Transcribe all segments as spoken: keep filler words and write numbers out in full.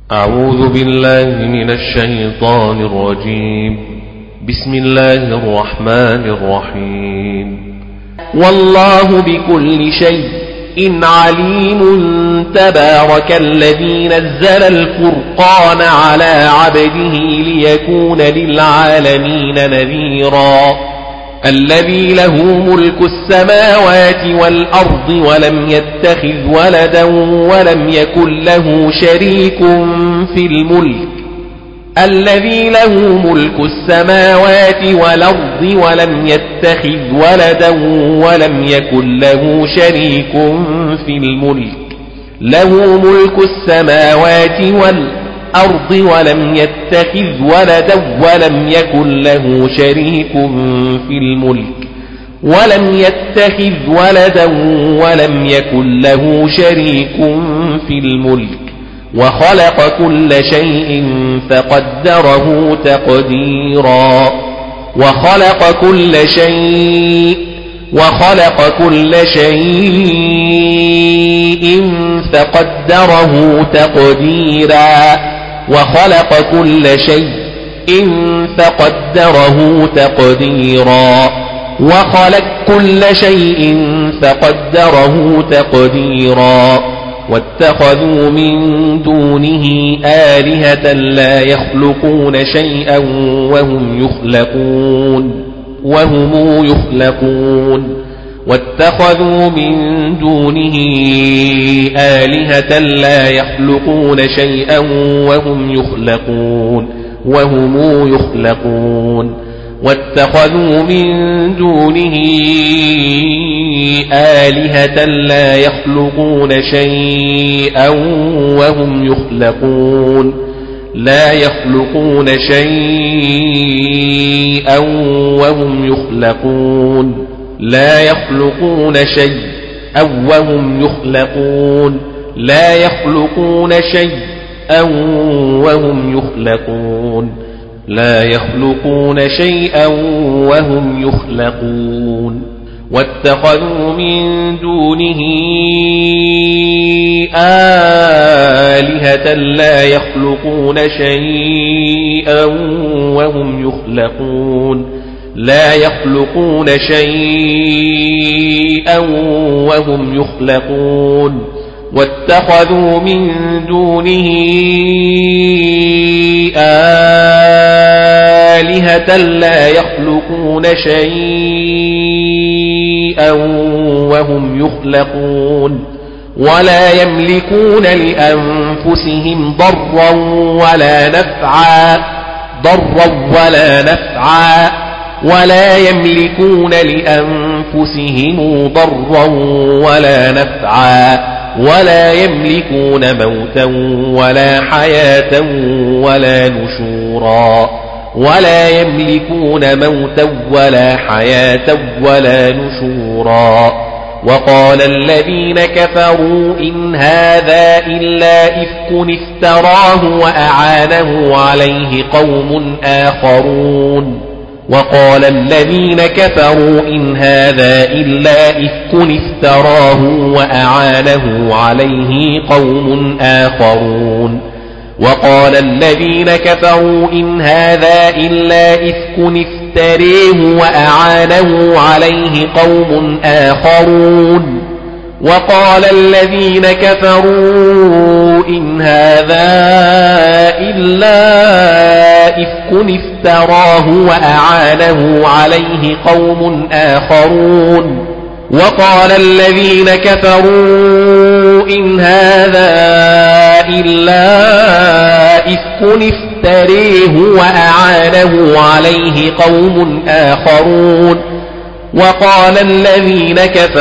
أعوذ بالله من الشيطان الرجيم. بسم الله الرحمن الرحيم. والله بكل شيء عليم. تبارك الذي نزل الفرقان على عبده ليكون للعالمين نذيرا. الذي له ملك السماوات والأرض ولم يتخذ ولدا ولم يكن له شريك في الملك. الذي له ملك السماوات والأرض ولم يتخذ ولدا ولم يكن له شريك في الملك. له ملك السماوات والأرض ولم يتخذ ولدا ولم يكن له شريك في الملك. ولم يتخذ ولدا ولم يكن له شريك في الملك. وخلق كل شيء فقدره تقديرا. وخلق كل شيء وخلق كل شيء فقدره تقديرا. وخلق كل شيء فقدره تقديرا. وخلق كل شيء فقدره تقديرا. واتخذوا من دونه آلهة لا يخلقون شيئا وهم يخلقون وهم يخلقون. واتخذوا من دونه آلهة لا يخلقون شيئا وهم يخلقون وهم يخلقون. واتخذوا من دونه آلهة لا يخلقون شيئا وهم يخلقون لا يخلقون شيئا وهم يخلقون لا يخلقون شيئا وهم يخلقون لا يخلقون شيئا وهم يخلقون لا يخلقون شيئا وهم يخلقون. واتخذوا من دونه آلهة لا يخلقون شيئا وهم يخلقون لا يخلقون شيئا وهم يخلقون. واتخذوا من دونه آلهة لا يخلقون شيئا وهم يخلقون ولا يملكون لأنفسهم ضرا ولا نفعا ضرا ولا نفعا ولا يملكون لأنفسهم ضرا ولا نفعا ولا يملكون موتا ولا حياة ولا نشورا ولا يملكون موتا ولا حياة ولا نشورا. وقال الذين كفروا إن هذا إلا إفك افتراه وأعانه عليه قوم آخرون. وقال الذين كفروا إن هذا إلا إفك افتراه وأعانه عليه قوم آخرون. وقال الذين كفروا إن هذا إلا إفك افتريه وأعانه عليه قوم آخرون. وقال الذين كفروا إن هذا إلا إفك افتراه وأعانه عليه قوم آخرون. وقال الذين كفروا إن هذا إلا إفك افتريه وأعانه عليه قوم آخرون. وقال الذين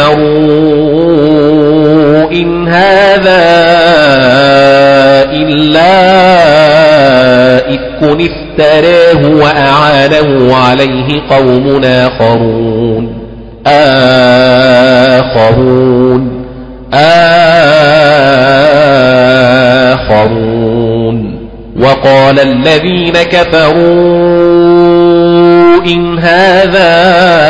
كفروا إن هذا إلا إفك افتراه وأعانه عليه قوم آخرون آخرون آخرون. وقال الذين كفروا إن هذا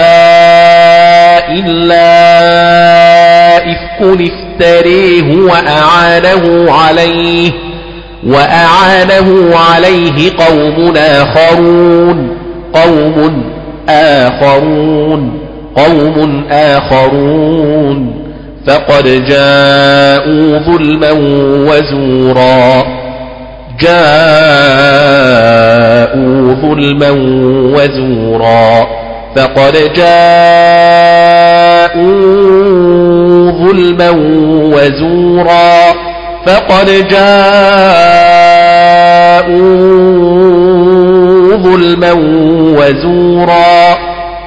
إلا إفك افتريه وأعانه عليه وأعانه عليه قوم آخرون قوم آخرون قوم آخرون فقد جاءوا ظلما وزورا جاءوا ظلما وزورا فقد جاءوا ظلما وزورا فقد جاءوا ظلما وزورا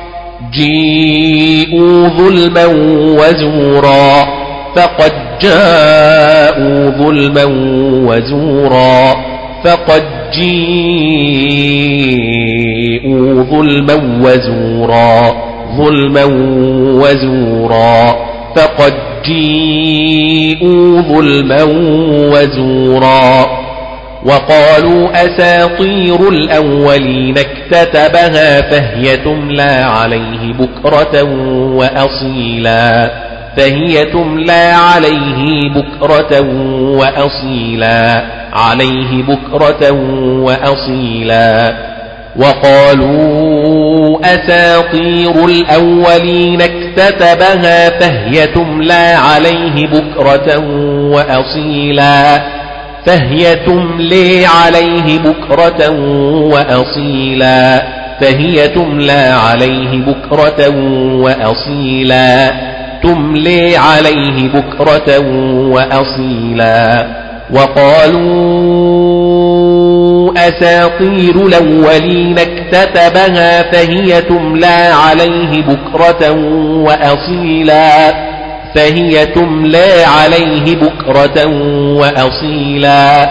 جيءوا ظلما وزورا فقد جاءوا ظلما وزورا فقد جيءوا ظلما وزورا ظلما وزورا فقد جيءوا ظلما وزورا وقالوا أساطير الأولين اكتتبها فهي تملى عليه بكرة وأصيلا فهي تملى عليه بكرة وأصيلا عليه بكرة وأصيلا وقالوا أساطير الأولين اكتتبها فهي تملى عليه بكرة وأصيلا فهي تملي عليه بكرة وأصيلا فهي تملى عليه بكرة وأصيلا تملي عليه بكرة وأصيلا وقالوا أساطير الأولين اكتتبها فهي تملى عليه بكرة وأصيلا فهي تملى عليه بكرة وأصيلا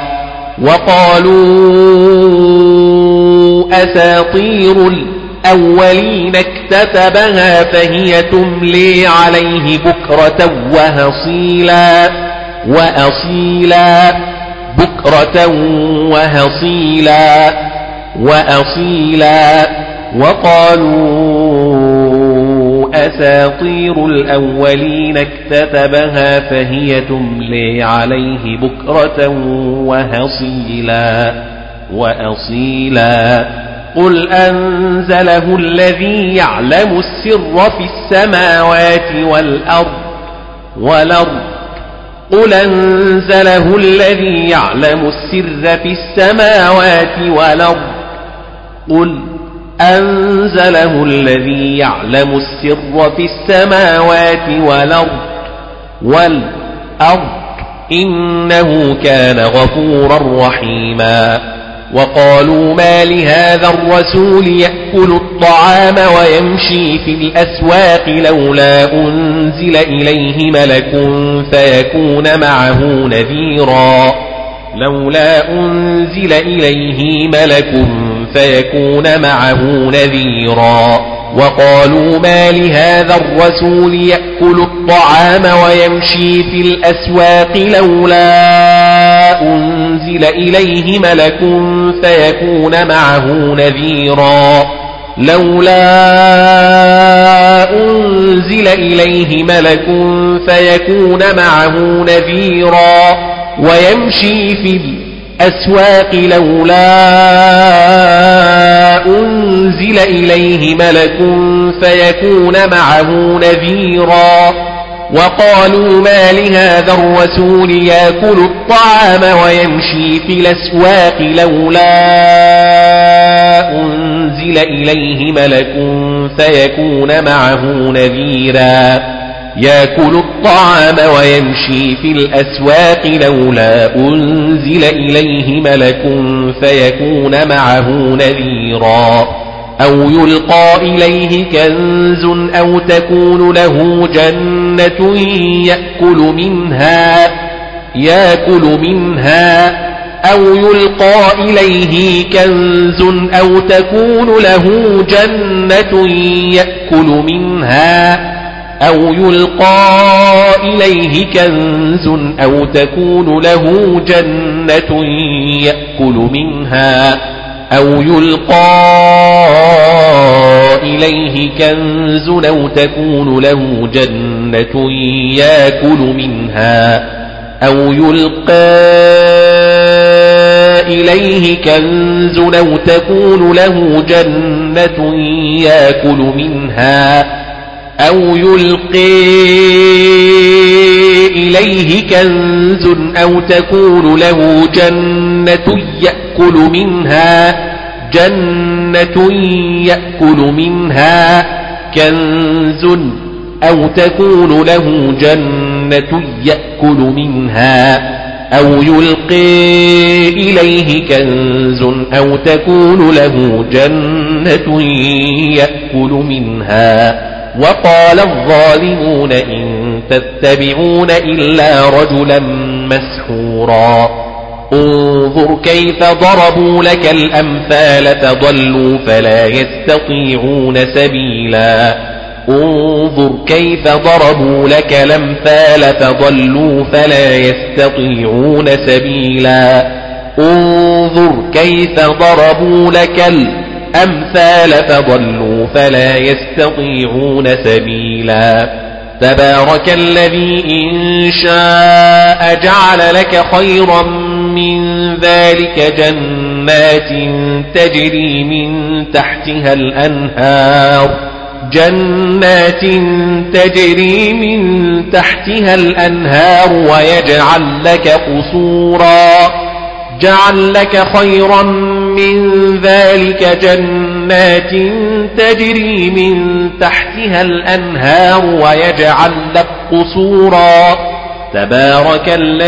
وقالوا أساطير الأولين اكتتبها فهي تملي عليه بكرة وهصيلا وأصيلا بكرة وهصيلا وأصيلا وقالوا أساطير الأولين اكتتبها فهي تملي عليه بكرة وهصيلا وأصيلا قل أنزله الذي يعلم السر في السماوات والأرض والأرض قل أنزله الذي يعلم السر في السماوات والأرض قل أنزله الذي يعلم السر في السماوات والأرض والأرض إنه كان غفورا رحيما وقالوا ما لهذا الرسول يأكل الطعام ويمشي في الأسواق لولا أنزل إليه ملك فيكون معه نذيرا لولا أنزل إليه ملك فيكون معه نذيرا وقالوا ما لهذا الرسول يأكل الطعام ويمشي في الأسواق لولا أنزل إليه ملك فيكون معه نذيرا لولا أنزل إليه ملك فيكون معه نذيرا ويمشي في الأسواق لولا أنزل إليه ملك فيكون معه نذيرا وقالوا ما لهذا الرسول يأكل الطعام ويمشي في الأسواق لولا أنزل إليه ملك فيكون معه نذيرا يأكل الطعام ويمشي في الأسواق لولا أنزل إليه ملك فيكون معه نذيرا أو يلقى إليه كنز أو تكون له جنة يأكل منها يأكل منها أو يلقى إليه كنز أو تكون له جنة يأكل منها أو يلقى إليه كنز أو تكون له جنة يأكل منها أو يلقى إليه كنز أو تكون له جنة يأكل منها أو يلقى إليه كنز أو تكون له جنة يأكل منها أو يلقي إليه كنز أو تكون له جنة يأكل منها جنة يأكل منها كنز أو تكون له جنة يأكل منها أو يلقي إليه كنز أو تكون له جنة يأكل منها وقال الظالمون إن تتبعون إلا رجلا مسحورا انظر كيف ضربوا لك الأمثال فضلوا فلا يستطيعون سبيلا انظر كيف ضربوا لك الأمثال فضلوا فلا يستطيعون سبيلا انظر كيف ضربوا لك الأمثال فضلوا فلا يستطيعون سبيلا تبارك الذي إن شاء جعل لك خيرا من ذلك جنات تجري من تحتها الأنهار جنات تجري من تحتها الأنهار ويجعل لك قصورا جعل لك خيرا من ذلك جنات تجري من تحتها الأنهار ويجعل لك قصورا تبارك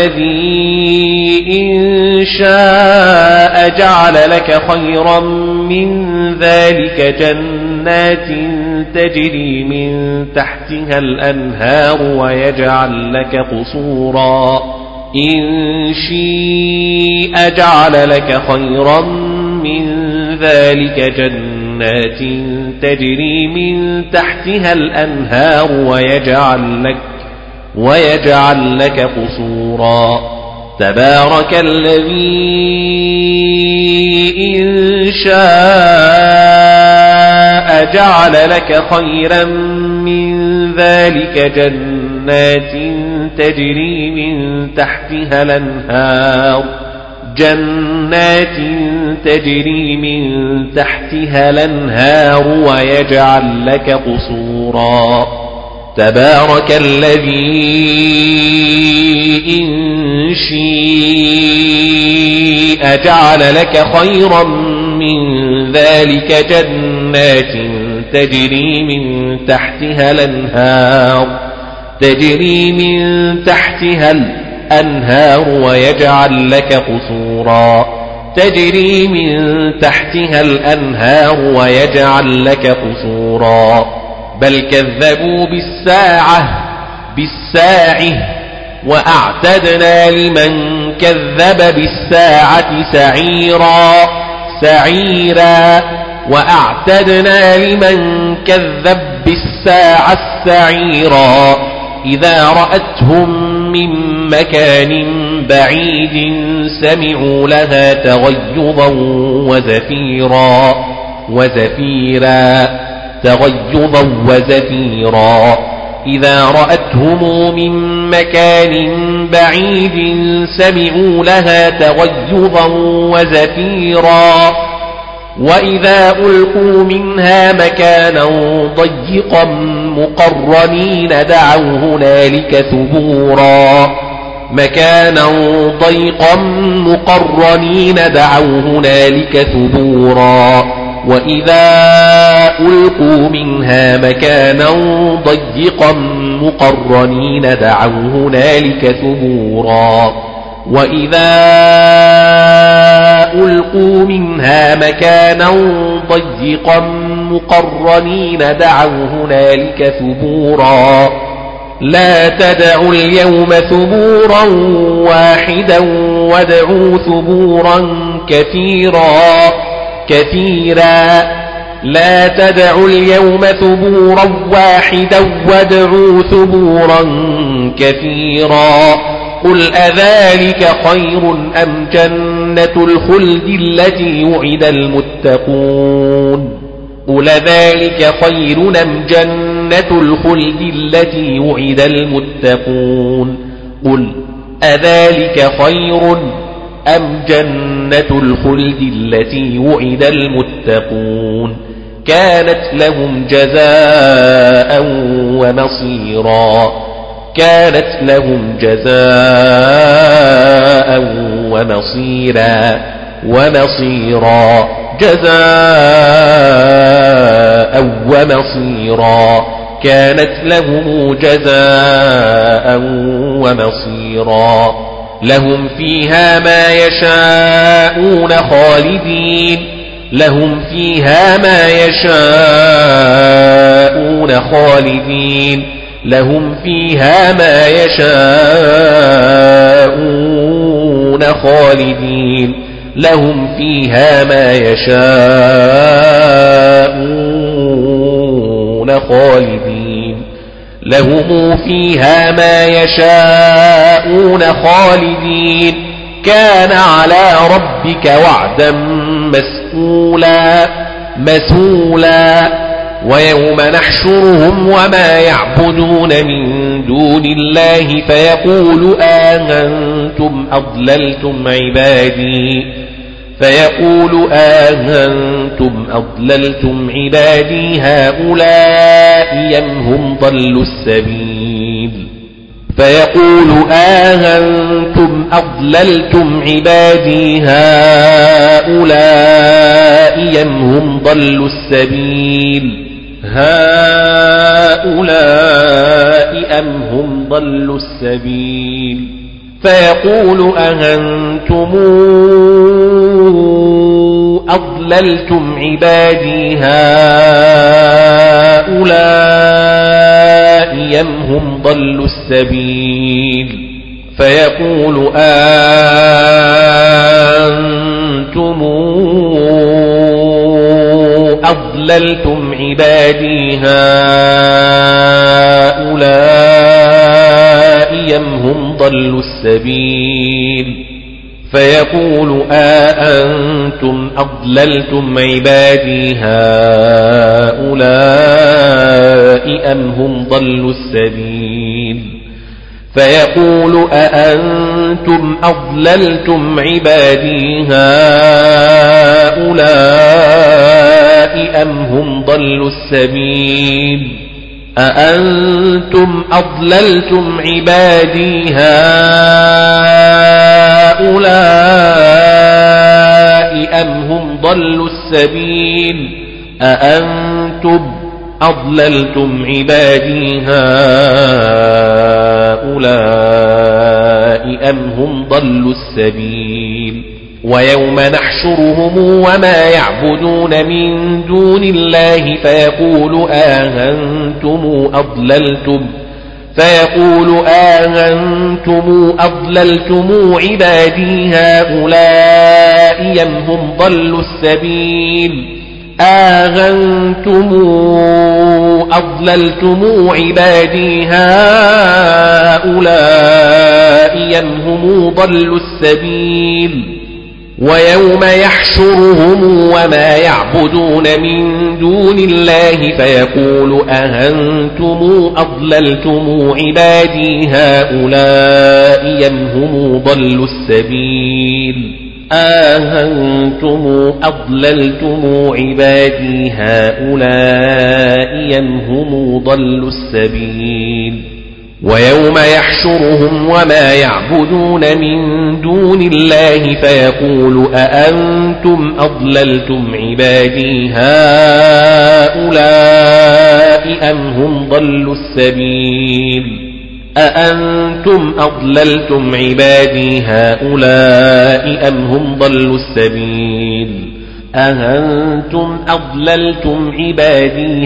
الذي إن شاء جعل لك خيرا من ذلك جنات تجري من تحتها الأنهار ويجعل لك قصورا إن شيء جعل لك خيرا من ذلك جنات تجري من تحتها الأنهار ويجعل لك ويجعل لك قصورا تبارك الذي إن شاء جعل لك خيرا من ذلك جنات تجري من تحتها الأنهار جنات تجري من تحتها الأنهار ويجعل لك قصورا تبارك الذي إن شيء جعل لك خيرا من ذلك جنات تجري من تحتها الأنهار تجري من تحتها الأنهار ويجعل لك قصورا تجري من تحتها الأنهار ويجعل لك قصورا بل كذبوا بالساعة بالساعة وأعتدنا لمن كذب بالساعة سعيرا سعيرا وأعتدنا لمن كذب بالساعة سعيرا إذا رأتهم من مكان بعيد سمعوا لها تغيظا وزفيرا وزفيرا تغيظا وزفيرا إذا رأتهم من مكان بعيد سمعوا لها تغيظا وزفيرا وإذا ألقوا منها مكانا ضيقا مقرنين دعوا هنالك ثبورا مكانا ضيقا مقرنين دعوا هنالك ثبورا وإذا ألقوا منها مكانا ضيقا مقرنين دعوا هنالك ثبورا وإذا ألقوا منها مكانا ضيقا مقرنين دعوا هنالك ثبورا لا تدعوا اليوم ثبورا واحدا وادعوا ثبورا كثيرا كثيرا لا تدعوا اليوم ثبورا واحدا وادعوا ثبورا كثيرا قل أذلك خير أم جنة الخلد التي وعد المتقون قل ذلك خير أم جنة الخلد التي وعد المتقون قل أذلك خير أم جنة الخلد التي وعد المتقون كانت لهم جزاء ومصيرا كانت لهم جزاء ومصيرا ومصيرا جزاء ومصيرا كانت لهم جزاء ومصيرا لهم فيها ما يشاءون خالدين لهم فيها ما يشاءون خالدين لهم فيها ما يشاءون خالدين لهم فيها ما يشاءون خالدين لهم فيها ما يشاءون خالدين كان على ربك وعدا مسئولا مسئولا ويوم نحشرهم وما يعبدون من دون الله فيقول آذنتم أضللتم عبادي فيقول آذنتم أضللتم عبادي هؤلاء أم هم ضلوا السبيل فيقول آذنتم أضللتم عبادي هؤلاء أم هم ضلوا السبيل هؤلاء أم هم ضلوا السبيل فيقول أأنتم أضللتم عبادي هؤلاء أم هم ضلوا السبيل فيقول أأنتم أضللتم عبادي هؤلاء أم هم ضلوا السبيل فيقول أأنتم أضللتم عبادي هؤلاء أم هم ضلوا السبيل فيقول أأنتم أضللتم عبادي هؤلاء أم هم ضلوا السبيل أأنتم أضللتم عبادي هؤلاء أم هم ضلوا السبيل أأنتم أضللتم عبادي هؤلاء أم هم ضلوا السبيل ويوم نحشرهم وما يعبدون من دون الله فيقول آذنتم أضللتم فيقول آذنتم أضللتم عبادي هؤلاء أم هم ضلوا السبيل آذنتم أضللتم عبادي هؤلاء أم هم ضلوا السبيل ويوم يحشرهم وما يعبدون من دون الله فيقول أأنتم أضللتم عبادي هؤلاء أم هم ضلوا السبيل أأنتم أضللتم عبادي هؤلاء أم هم ضلوا السبيل ويوم يحشرهم وما يعبدون من دون الله فيقول أأنتم أضللتم عبادي هؤلاء أم هم ضلوا السبيل أأنتم أضللتم عبادي هؤلاء أم هم ضلوا السبيل أأنتم أضللتم عبادي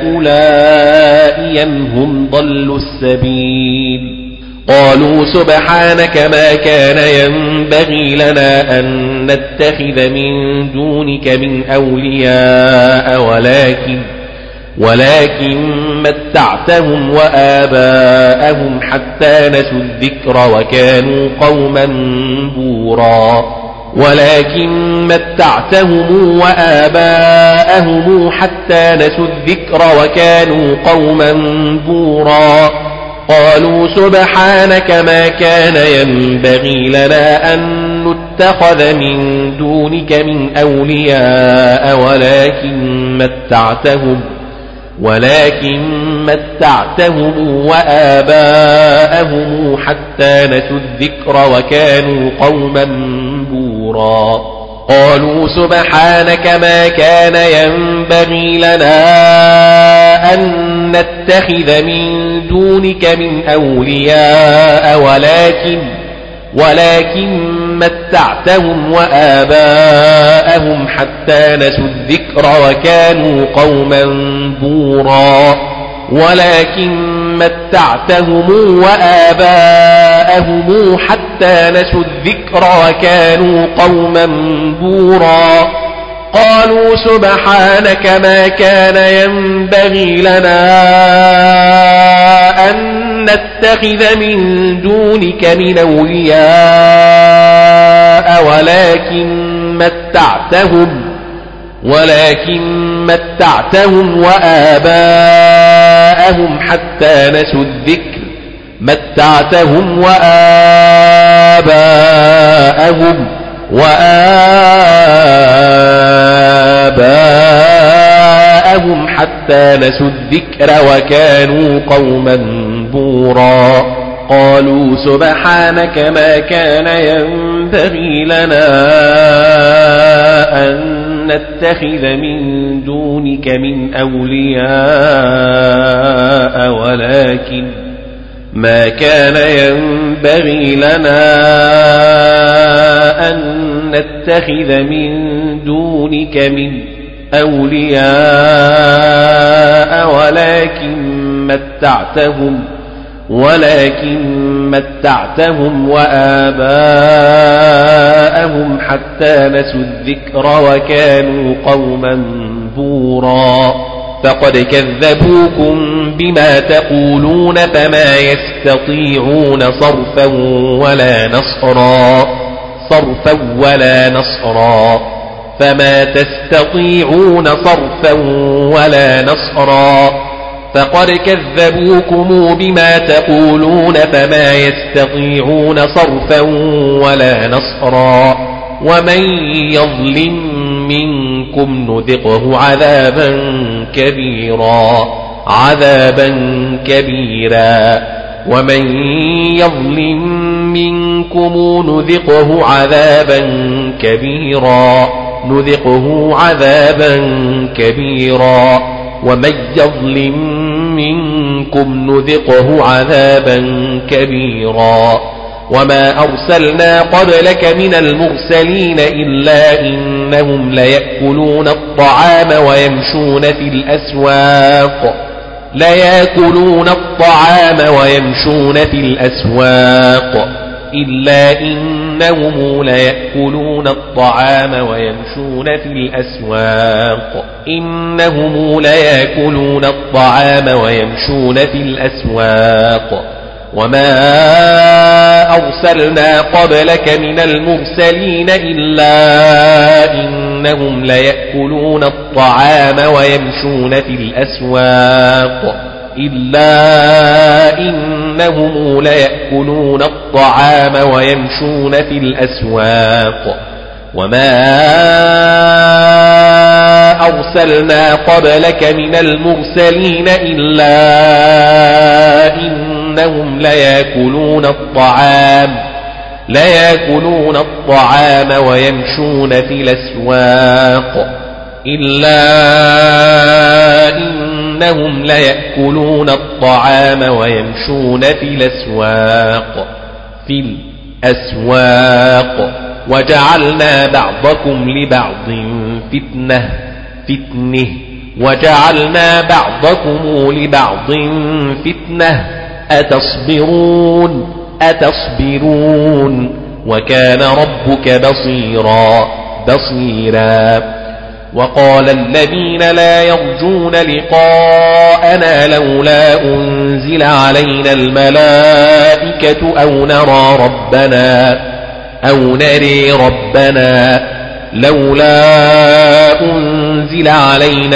هؤلاء أم هم ضلوا السبيل قالوا سبحانك ما كان ينبغي لنا أن نتخذ من دونك من أولياء ولكن ولكن متعتهم وآباءهم حتى نسوا الذكر وكانوا قوما بورا ولكن متعتهم وآباءهم حتى نسوا الذكر وكانوا قوما بورا قالوا سبحانك ما كان ينبغي لنا أن اتخذ من دونك من أولياء ولكن متعتهم ولكن متعتهم وآباءهم حتى نسوا الذكر وكانوا قوما بورا قالوا سبحانك ما كان ينبغي لنا أن نتخذ من دونك من أولياء ولكن ولكن متعتهم وآباءهم حتى نسوا الذكر وكانوا قوما بورا ولكن متعتهم وآباءهم حتى نسوا الذكر وكانوا قوما بورا قالوا سبحانك ما كان ينبغي لنا أن نتخذ من دونك من أولياء ولكن متعتهم ولكن متعتهم وآباءهم حتى نسوا الذكر متعتهم وآباءهم وآباءهم حتى نسوا الذكر وكانوا قوما بورا قالوا سبحانك ما كان ينبغي لنا أن نتخذ من دونك من أولياء ولكن ما كان ينبغي لنا أن نتخذ من دونك من أولياء ولكن متعتهم ولكن متعتهم وآباءهم حتى نسوا الذكر وكانوا قوما بورا فقد كذبوكم بما تقولون فما يستطيعون صرفا ولا نصرا صرفا ولا نصرا فما تستطيعون صرفا ولا نصرا فقد كذبوكم بما تقولون فما يستطيعون صرفا ولا نصرا ومن يظلم منكم نذقه عذابا كبيرا عذابا كبيرا ومن يظلم منكم نذقه عذابا كبيرا نذقه عذابا كبيرا ومن يظلم منكم نذقه عذابا كبيرا وما أرسلنا قبلك من المرسلين إلا إنهم ليأكلون الطعام ويمشون في الأسواق ليأكلون الطعام ويمشون في الأسواق إلا إنهم ليأكلون الطعام ويمشون في الأسواق إنهم ليأكلون الطعام ويمشون في الأسواق وما أرسلنا قبلك من المرسلين إلا إنهم ليأكلون الطعام ويمشون في الأسواق إلا إنهم ليأكلون الطعام ويمشون في الأسواق وما أرسلنا قبلك من المرسلين إلا إنهم ليأكلون الطعام ليأكلون الطعام ويمشون في الأسواق إلا إنهم ليأكلون الطعام ويمشون في الأسواق في الأسواق وجعلنا بعضكم لبعض فتنة فتنه وجعلنا بعضكم لبعض فتنة أتصبرون أتصبرون وكان ربك بصيرا بصيرا وقال الذين لا يرجون لقاءنا لولا أنزل علينا الملائكة أو نرى ربنا أو نري ربنا لولا أنزل علينا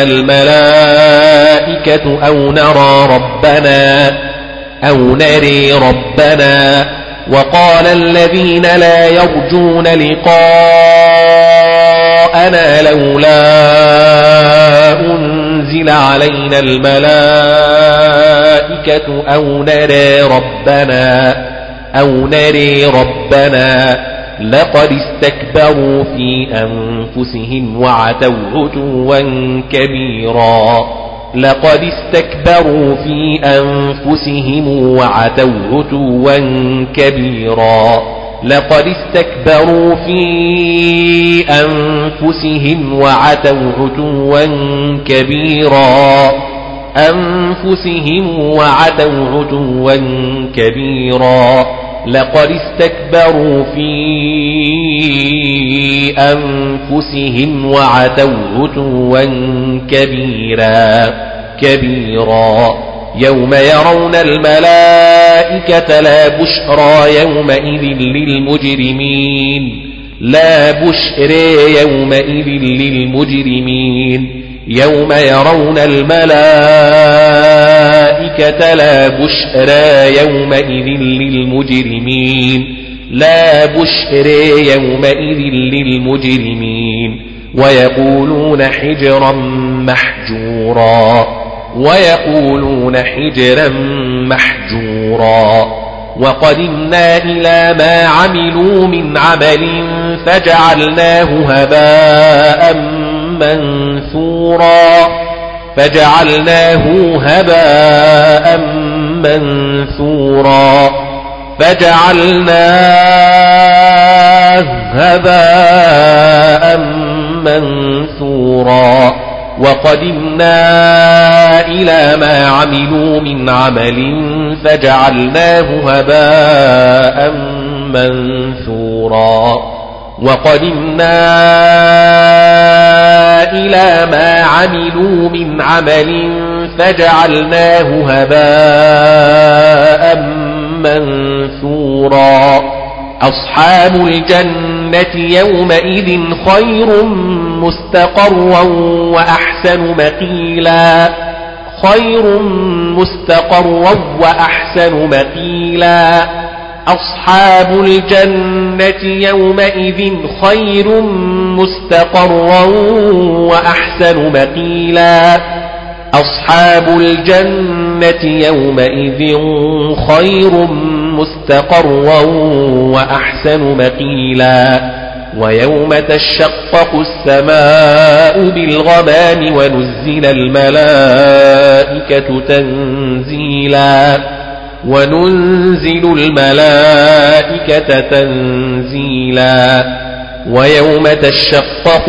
الملائكة أو نرى ربنا أو نري ربنا وقال الذين لا يرجون لقاءنا لولا أنزل علينا الملائكة أو نرى ربنا أو نري ربنا لقد استكبروا في أنفسهم وعتوا عتوا كبيرا لقد استكبروا في أنفسهم وعتوا عتوا كبيرا لقد استكبروا في أنفسهم وعتوا عتوا كبيرا أنفسهم وعتوا عتوا كبيرا لقد استكبروا في أنفسهم وعتوا عتوا كبيرا كبيرا يوم يرون الملائكة لا بشرى يومئذ للمجرمين لا بشرى يومئذ للمجرمين يوم يرون الملائكة لا بشرى يومئذ للمجرمين لا بشرى يومئذ للمجرمين ويقولون حجرا محجورا ويقولون حجرا محجورا وقدمنا إلى ما عملوا من عمل فجعلناه هباء منثورا فجعلناه هباء منثورا فجعلناه هباء منثورا وقدمنا إلى ما عملوا من عمل فجعلناه هباء منثورا وقدمنا إلى ما عملوا من عمل فجعلناه هباء منثورا أصحاب الجنة يومئذ خير مستقرا وأحسن مقيلا خير مستقرا وأحسن مقيلا أصحاب الجنة يومئذ خير مستقرا وأحسن مقيلا أصحاب الجنة يومئذ خير مستقرا وأحسن مقيلا ويوم تشقق السماء بالغمام ونزل الملائكة تنزيلا وننزل الملائكة تنزيلا ويوم تشقق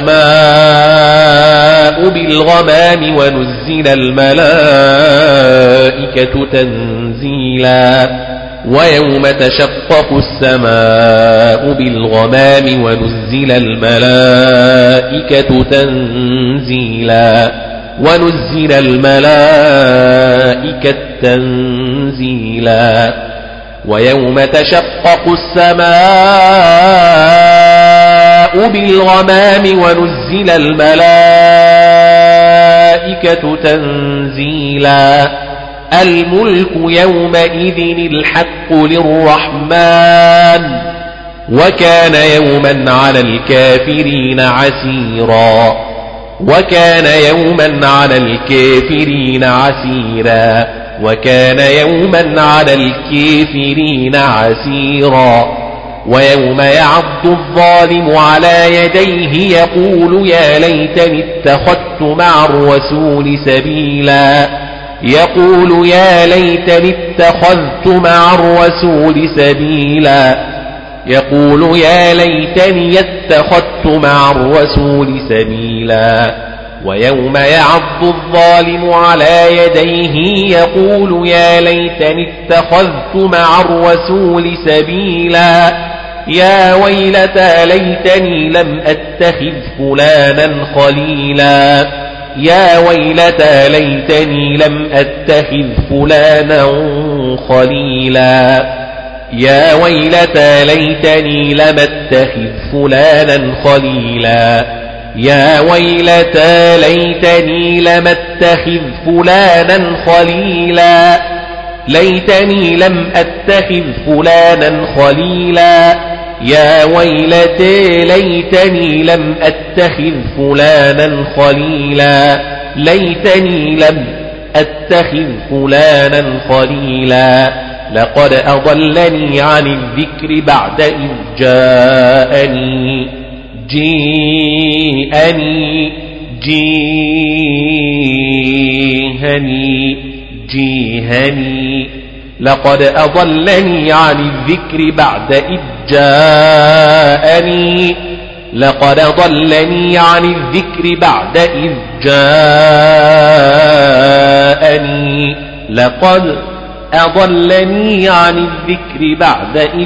السماء بالغمام ونزل الملائكة تنزيلا ويوم تشقق السماء بالغمام ونزل الملائكة تنزيلا ونزل الملائكة تنزيلا ويوم تشقق السماء بالغمام ونزل الملائكة تنزيلا الملك يومئذ الحق للرحمن وكان يوما على الكافرين عسيرا وكان يوما على الكافرين عسيرا وكان يوما على الكافرين عسيرا ويوم يعض الظالم على يديه يقول يا ليتني اتخذت مع الرسول سبيلا يقول يا ليتني اتخذت مع الرسول سبيلا يقول يا ليتني اتخذت مع الرسول سبيلا ويوم يعض الظالم على يديه يقول يا ليتني اتخذت مع الرسول سبيلا يا ويلتى ليتني لم أتخذ فلانا خليلا يا ويلتى ليتني لم أتخذ فلانا خليلا يا ويلتى ليتني لم أتخذ فلانا خليلا يا ويلتى ليتني لم أتخذ فلانا خليلا ليتني لم أتخذ فلانا خليلا يا ويلتي ليتني لم أتخذ فلانا خليلا ليتني لم أتخذ فلانا خليلا لقد أضلني عن الذكر بعد إذ جاءني جيءني جيهني جيهني لقد أضلني عن الذكر بعد إذ جاءني لقد ضلني عن الذكر بعد إذ جاءني لقد أضلني عن الذكر بعد إذ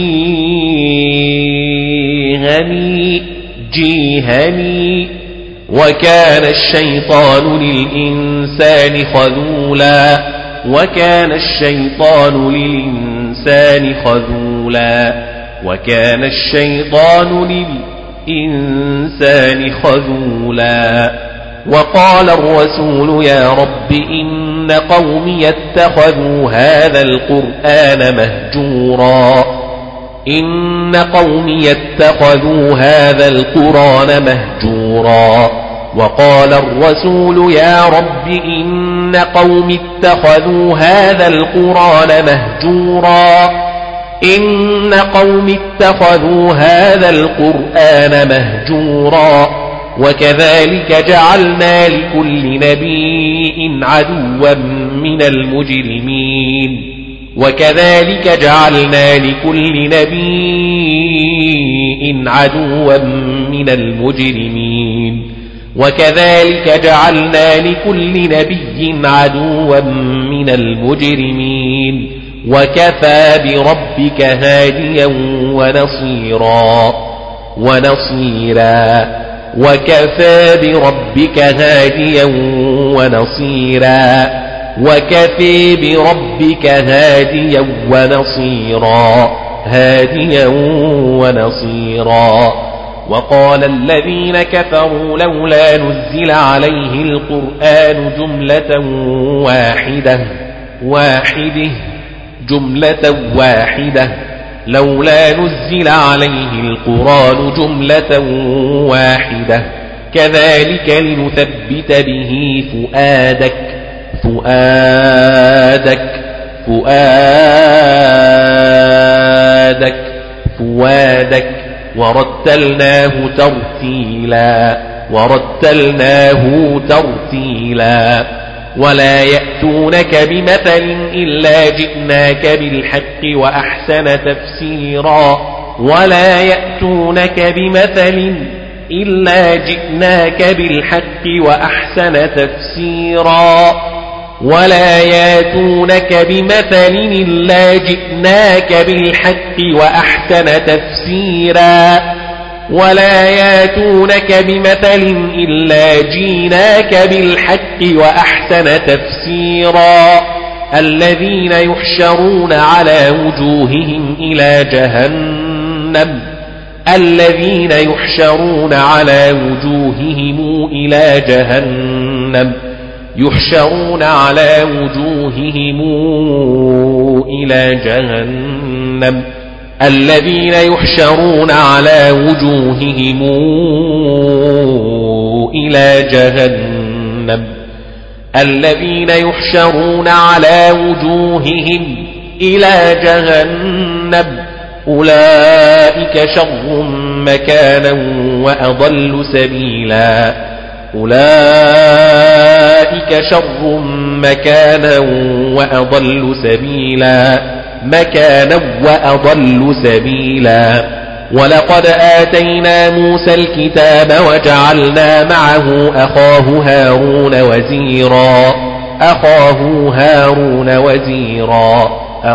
جيهني جيهني وكان الشيطان للإنسان خذولا وكان الشيطان للإنسان خذولا وكان الشيطان للإنسان خذولا وقال الرسول يا رب إن قومي اتخذوا هذا القرآن مهجورا إن قومي اتخذوا هذا القرآن مهجورا وقال الرسول يا رب إن قومي اتخذوا هذا القرآن مهجورا إن قومي اتخذوا هذا القرآن مهجورا وكذلك جعلنا لكل نبي عدوا من المجرمين وكذلك جعلنا لكل نبي عدوا من المجرمين وكذلك جعلنا لكل نبي عدوا من المجرمين وكفى بربك هاديا ونصيرا ونصيرا وكفى بربك هاديا ونصيرا وكفى بربك هاديا ونصيرا هاديا ونصيرا وقال الذين كفروا لولا نزل عليه القرآن جملة واحدة واحدة جملة واحدة لولا نزل عليه القرآن جملة واحدة كذلك لنثبت به فؤادك فؤادك فؤادك فؤادك ورتلناه ترتيلا ورتلناه ترتيلا ولا يأتونك بمثل إلا جئناك بالحق وأحسن تفسيرا ولا يأتونك بمثل إلا جئناك بالحق وأحسن تفسيرا ولا يأتونك بمثل إلا جئناك بالحق وأحسن تفسيرا ولا يأتونك بمثل إلا جئناك بالحق وأحسن تفسيرا الذين يحشرون على وجوههم إلى جهنم الذين يحشرون على وجوههم إلى جهنم يحشرون على وجوههم إلى جهنم الذين يحشرون على وجوههم إلى جهنم الذين يحشرون على وجوههم إلى جهنم أولئك شر مكانا وأضل سبيلا أولئك شر مكانا وأضل سبيلا مكانا وأضل سبيلا ولقد آتينا موسى الكتاب وجعلنا معه أخاه هارون وزيرا أخاه هارون وزيرا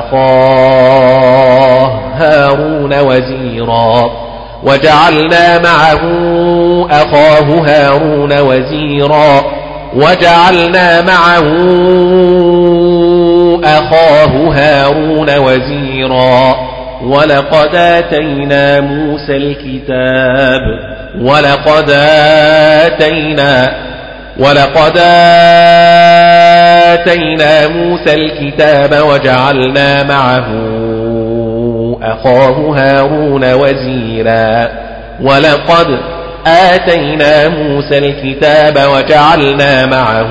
أخاه هارون وزيرا وجعلنا معه أخاه هارون وزيرا وجعلنا معه أخاه هارون وزيرا ولقد آتينا موسى الكتاب ولقد آتينا ولقد آتينا موسى الكتاب وجعلنا معه أخاه هارون وزيرا ولقد آتينا موسى الكتاب وجعلنا معه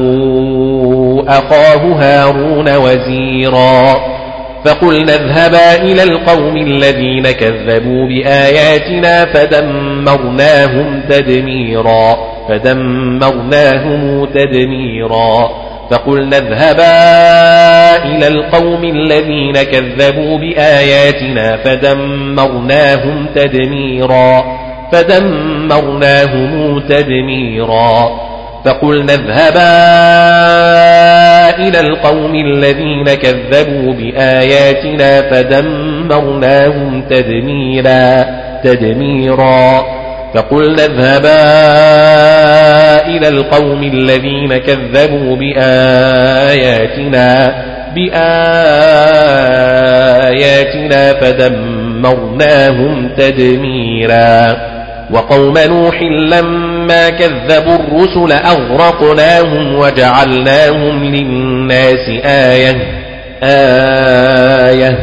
أخاه هارون وزيرا فقلنا اذهبا إلى القوم الذين كذبوا بآياتنا فدمرناهم تدميرا فدمرناهم تدميرا فقلنا اذهبا إلى القوم الذين كذبوا بآياتنا فدمرناهم تدميرا فدمرناهم تدميرا فقلنا اذهبا إلى القوم الذين كذبوا بآياتنا فدمرناهم تدميرا تدميرا فقلنا اذهبا إلى القوم الذين كذبوا بآياتنا بآياتنا فدمرناهم تدميرا وقوم نوح لما كذبوا الرسل أغرقناهم وجعلناهم للناس آية آية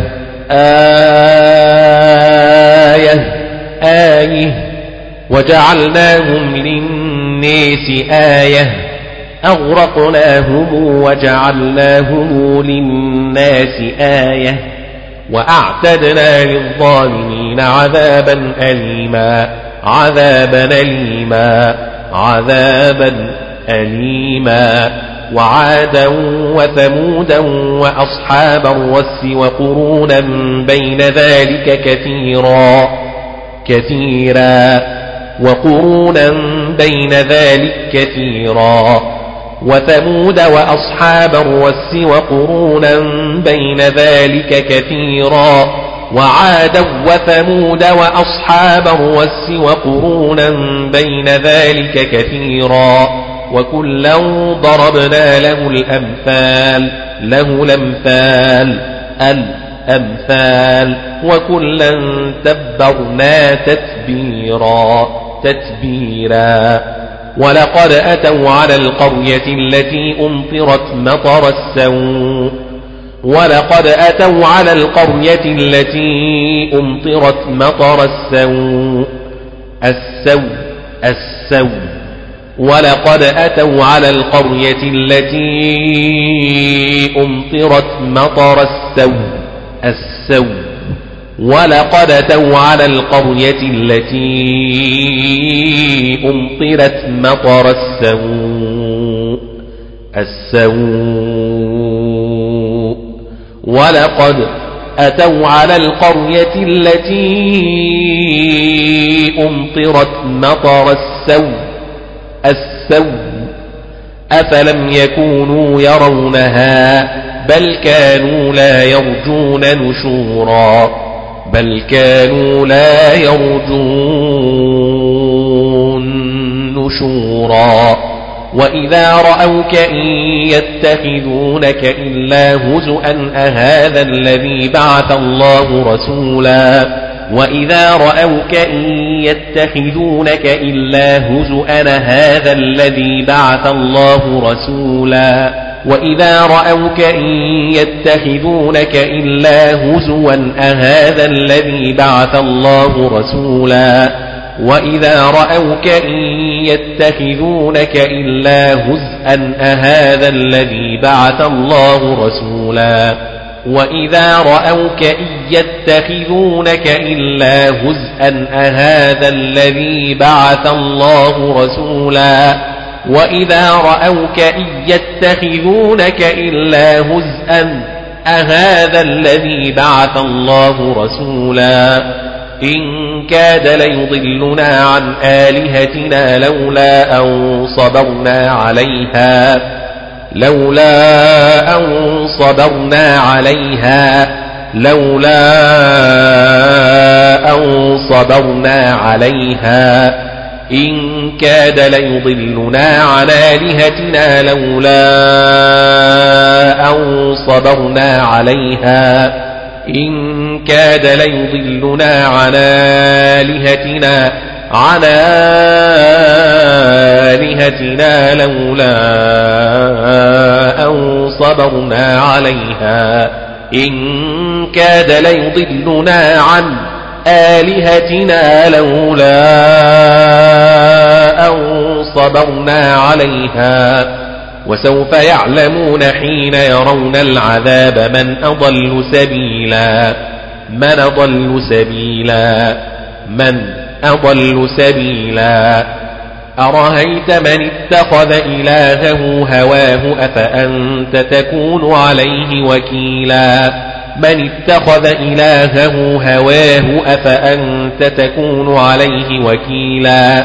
آية آية وجعلناهم للناس آية أغرقناهم وجعلناهم للناس آية وأعتدنا للظالمين عذابا أليما عذابا أليما عذابا أليما وعادا وثمودا وأصحاب الرس وقرونا بين ذلك كثيرا كثيرا وقرونا بين ذلك كثيرا وثمود وأصحاب الرس وقرونا بين ذلك كثيرا وعادا وثمود وأصحاب الرس وقرونا بين ذلك كثيرا وكلا ضربنا له الأمثال له الأمثال الأمثال وكلا تبرنا تتبيرا تتبيرا ولقد أتوا على القرية التي أمطرت مطر السوء ولقد أتوا على القرية التي أمطرت مطر السوء السوء السوء ولقد أتوا على القرية التي أمطرت مطر السوء السوء ولقد أتوا على القرية التي أمطرت مطر السوء السوء ولقد أتوا على القرية التي أمطرت مطر السوء السوء أفلم يكونوا يرونها بل كانوا لا يرجون نشورا بل كانوا لا يرجون نشورا وإذا رأوك إن يتخذونك إلا هزؤا أهذا الذي بعث الله رسولا وإذا رأوك إن يتخذونك إلا هزؤا هذا الذي بعث الله رسولا وإذا رأوك إن يتخذونك إلا هزوا أهذا الذي بعث الله رسولا وإذا رأوك إن يتخذونك إلا هزءا أهذا الذي بعث الله رسولا وإذا رأوك إن يتخذونك إلا هزءا أهذا الذي بعث الله رسولا وإذا رأوك إن يتخذونك إلا هزءا أهذا الذي بعث الله رسولا إن كاد ليضلنا عن آلهتنا لولا أن صبرنا عليها لولا أن صبرنا عليها لولا أن صبرنا عليها إن كاد ليضلنا عن آلهتنا لولا أن صبرنا عليها إن كاد ليضلنا عن آلهتنا عن آلهتنا لولا أن صبرنا عليها إن كاد ليضلنا عن آلهتنا لولا أن صبرنا عليها وسوف يعلمون حين يرون العذاب من أضل سبيلا من أضل سبيلا من أضل سبيلا أرأيت من اتخذ إلهه هواه أفأنت تكون عليه وكيلا من اتخذ إلهه هواه أفأنت تكون عليه وكيلا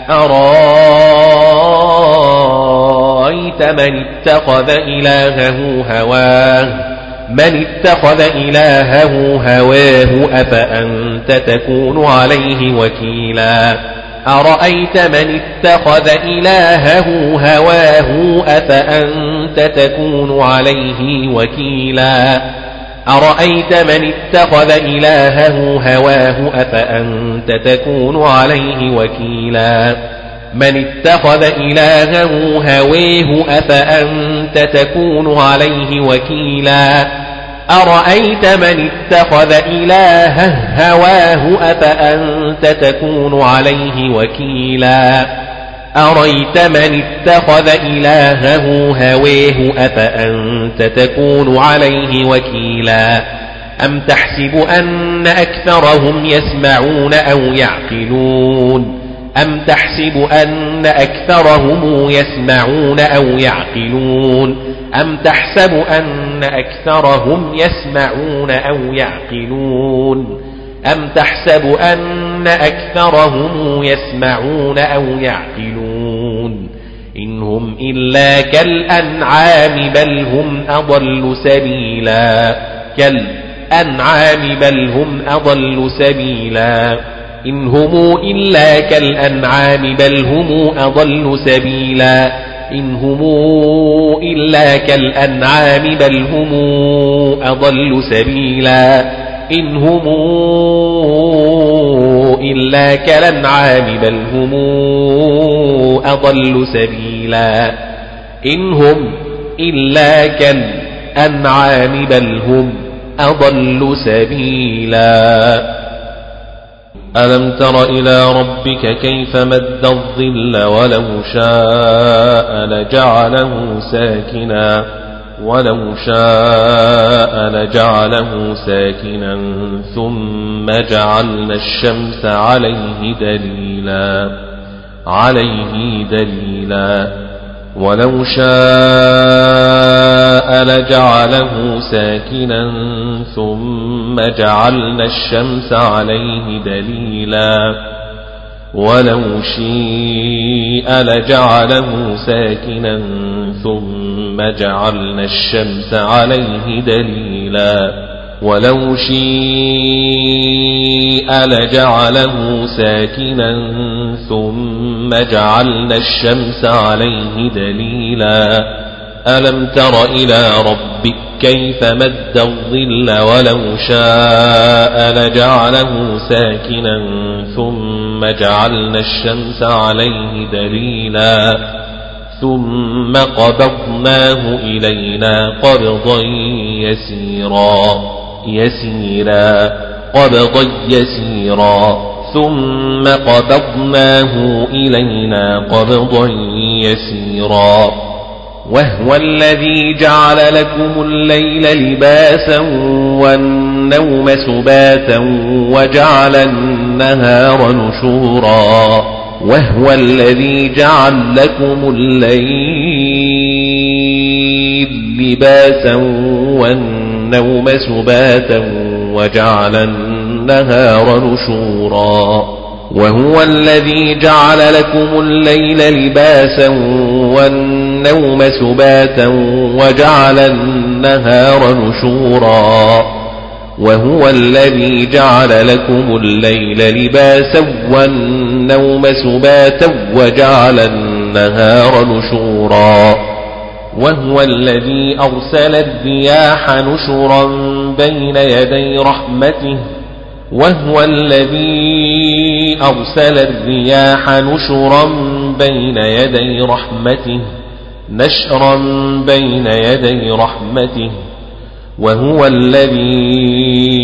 أرأيت من اتخذ إلهه هواه من اتخذ إلهه هواه أفأنت تكون عليه وكيلا أرأيت من اتخذ إلهه هواه أفأنت تكون عليه وكيلا أرأيت من اتخذ إلهه هواه أفأنت تكون عليه وكيلا من اتخذ إلهه هواه أفأنت تكون عليه وكيلا أرأيت من اتخذ إلهه هواه أفأنت تكون عليه وكيلا أرأيت من اتخذ إلهه هواه أفأنت تكون عليه وكيلا أم تحسب أن أكثرهم يسمعون أو يعقلون أم تحسب أن أكثرهم يسمعون أو يعقلون أم تحسب أن أكثرهم يسمعون أو يعقلون أم تحسب أن أكثرهم يسمعون أو يعقلون إن هم إلا كالأنعام بل هم أضل سبيلا كالأنعام بل هم أضل سبيلا إن هم إلا كالأنعام بل هم أضل سبيلا إن هم إلا كالأنعام بل هم أضل سبيلا إن هم إلا كالأنعام بل هم أضل سبيلا إن هم إلا كالأنعام بل هم أضل سبيلا ألم تر إلى ربك كيف مد الظل ولو شاء لجعله ساكنا ولو شاء لجعله ساكنا ثم جعلنا الشمس عليه دليلا عليه دليلا ولو شاء لجعله ساكنا ثم جعلنا الشمس عليه دليلا ولو شيء لجعله ساكنا ثم جعلنا الشمس عليه دليلا ولو شيء لجعله ساكنا ثم جعلنا الشمس عليه دليلا ألم تر إلى ربك كيف مد الظل ولو شاء لجعله ساكنا ثم جعلنا الشمس عليه دليلا ثم قبضناه إلينا قبضا يسيرا يسيرا قبضا يسيرا ثم قبضناه إلينا قبضا يسيرا وهو الذي جعل لكم الليل لباسا والنوم سباتا وجعل النهار نشورا وهو الذي جعل لكم الليل لباسا والنوم سباتا وجعل النهار نشورا وهو الذي جعل لكم الليل لباسا والنوم سباتا وجعل النهار نشورا وهو الذي جعل لكم الليل لباسا والنوم سباتا وجعل النهار نشورا وهو الذي أرسل الرياح نشرا بين يدي رحمته وهو الذي أرسل الرياح نشرا بين يدي رحمته نشرا بين يدي رحمته وهو الذي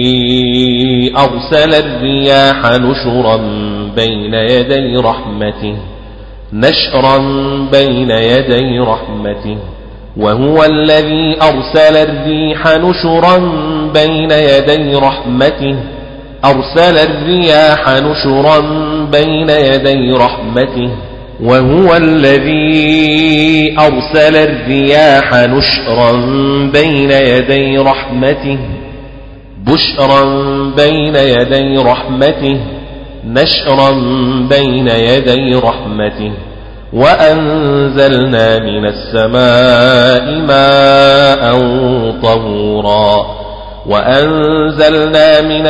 أرسل الرياح نشرا بين يدي رحمته نشرا بين يدي رحمته وهو الذي أرسل الريح نشرا بين يدي رحمته أرسل الرياح نشرا بين يدي رحمته وهو الذي أرسل الرياح نشرا بين يدي رحمته بشرا بين يدي رحمته نشرا بين يدي رحمته وأنزلنا من السماء ماء طهورا وأنزلنا من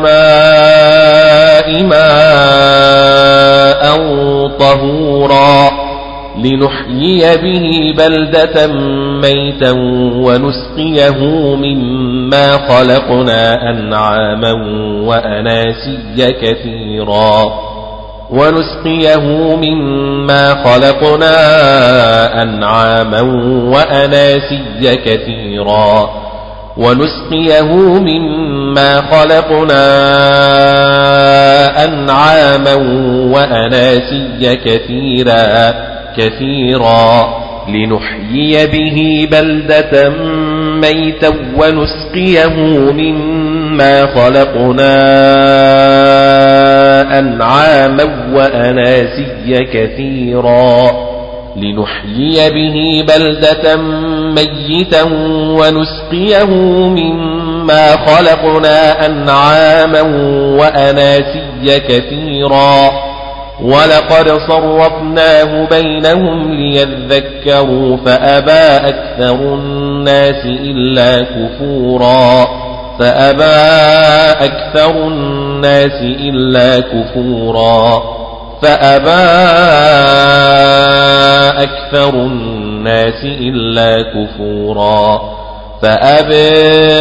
السماء ماء طهورا لنحيي به بلدة ميتا ونسقيه مما خلقنا أنعاما وأناسيا كثيرا ونسقيه مما خلقنا أنعاما وأناسيا كثيرا ونسقيه مما خلقنا أنعاما وأناسيا كثيرا كثيرا لنحيي به بلدة ميتا ونسقيه مما خلقنا أنعاما وأناسيا كثيرا لنحيي به بلدة ميتا ونسقيه مما خلقنا أنعاما وأناسيا كثيرا ولقد صرفناه بينهم ليذكروا فأبى أكثر الناس إلا كفورا فأبى أكثر الناس إلا كفورا فأبى أكثر الناس إلا كفورا فأبى